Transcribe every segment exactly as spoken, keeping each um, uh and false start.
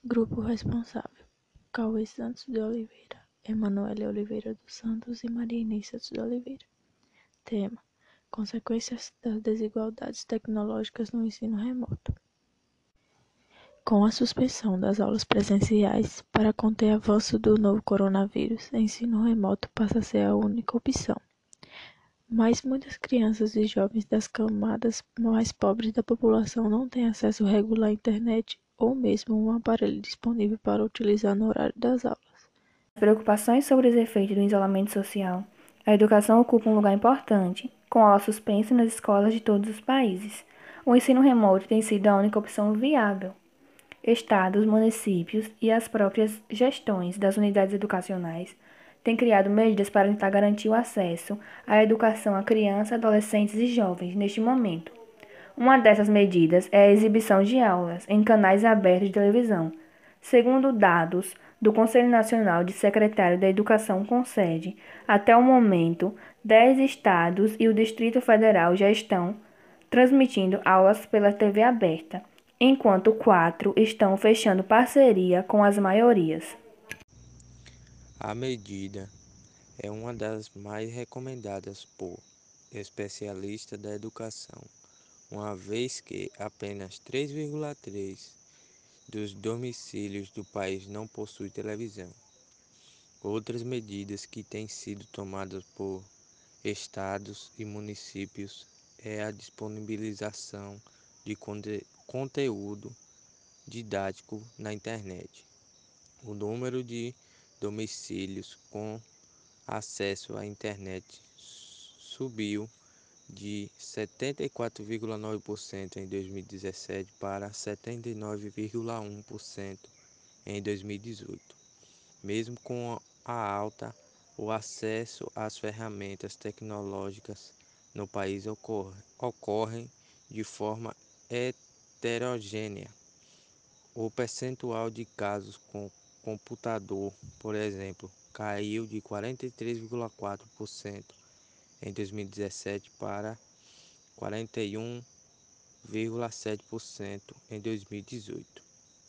Grupo responsável: Cauê Santos de Oliveira, Emanuele Oliveira dos Santos e Maria Inês Santos de Oliveira. Tema: Consequências das desigualdades tecnológicas no ensino remoto. Com a suspensão das aulas presenciais para conter o avanço do novo coronavírus, ensino remoto passa a ser a única opção. Mas muitas crianças e jovens das camadas mais pobres da população não têm acesso regular à internet ou mesmo um aparelho disponível para utilizar no horário das aulas. Preocupações sobre os efeitos do isolamento social. A educação ocupa um lugar importante, com aulas suspensas nas escolas de todos os países. O ensino remoto tem sido a única opção viável. Estados, municípios e as próprias gestões das unidades educacionais têm criado medidas para tentar garantir o acesso à educação a crianças, adolescentes e jovens neste momento. Uma dessas medidas é a exibição de aulas em canais abertos de televisão. Segundo dados do Conselho Nacional de Secretários da Educação CONSED, até o momento, dez estados e o Distrito Federal já estão transmitindo aulas pela T V aberta, enquanto quatro estão fechando parceria com as maiorias. A medida é uma das mais recomendadas por especialistas da educação, uma vez que apenas três vírgula três por cento dos domicílios do país não possuem televisão. Outras medidas que têm sido tomadas por estados e municípios é a disponibilização de conte- conteúdo didático na internet. O número de domicílios com acesso à internet subiu de setenta e quatro vírgula nove por cento em dois mil e dezessete para setenta e nove vírgula um por cento em dois mil e dezoito. Mesmo com a alta, o acesso às ferramentas tecnológicas no país ocorre, ocorre de forma heterogênea. O percentual de casos com computador, por exemplo, caiu de quarenta e três vírgula quatro por cento em dois mil e dezessete para quarenta e um vírgula sete por cento em dois mil e dezoito.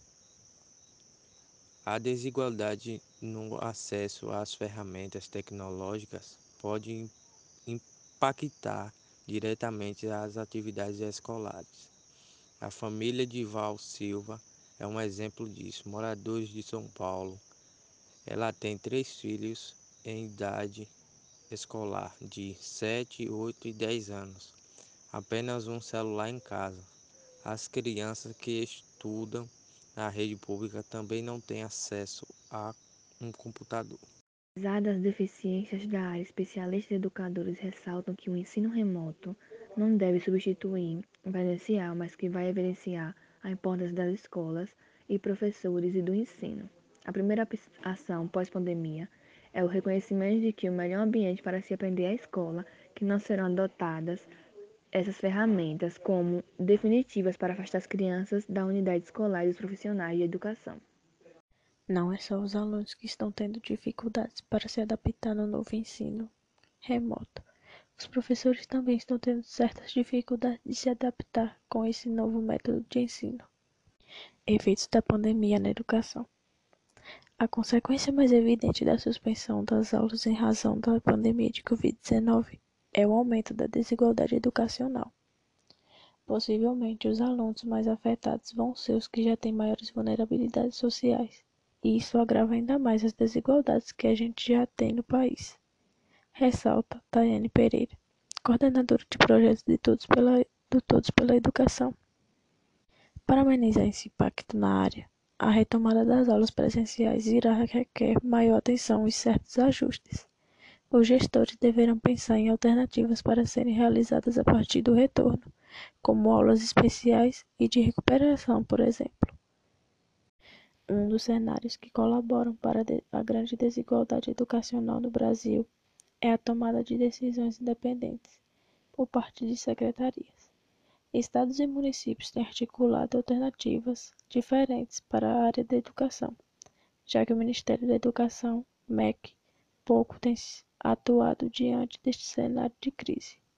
A desigualdade no acesso às ferramentas tecnológicas pode impactar diretamente as atividades escolares. A família de Val Silva é um exemplo disso. Moradores de São Paulo. Ela tem três filhos em idade escolar de sete, oito e dez anos. Apenas um celular em casa. As crianças que estudam na rede pública também não têm acesso a um computador. Apesar das deficiências da área, especialistas e educadores ressaltam que o ensino remoto não deve substituir o presencial, mas que vai evidenciar a importância das escolas e professores e do ensino. A primeira ação pós-pandemia é o reconhecimento de que o melhor ambiente para se aprender é a escola, que não serão adotadas essas ferramentas como definitivas para afastar as crianças da unidade escolar e dos profissionais de educação. Não é só os alunos que estão tendo dificuldades para se adaptar no novo ensino remoto. Os professores também estão tendo certas dificuldades de se adaptar com esse novo método de ensino. Efeitos da pandemia na educação. A consequência mais evidente da suspensão das aulas em razão da pandemia de covid dezenove é o aumento da desigualdade educacional. Possivelmente, os alunos mais afetados vão ser os que já têm maiores vulnerabilidades sociais, e isso agrava ainda mais as desigualdades que a gente já tem no país. Ressalta Tayane Pereira, coordenadora de projetos de Todos pela, do Todos pela Educação. Para amenizar esse impacto na área, a retomada das aulas presenciais irá requer maior atenção e certos ajustes. Os gestores deverão pensar em alternativas para serem realizadas a partir do retorno, como aulas especiais e de recuperação, por exemplo. Um dos cenários que colaboram para a grande desigualdade educacional no Brasil é a tomada de decisões independentes por parte de secretarias. Estados e municípios têm articulado alternativas diferentes para a área da educação, já que o Ministério da Educação, M E C, pouco tem atuado diante deste cenário de crise.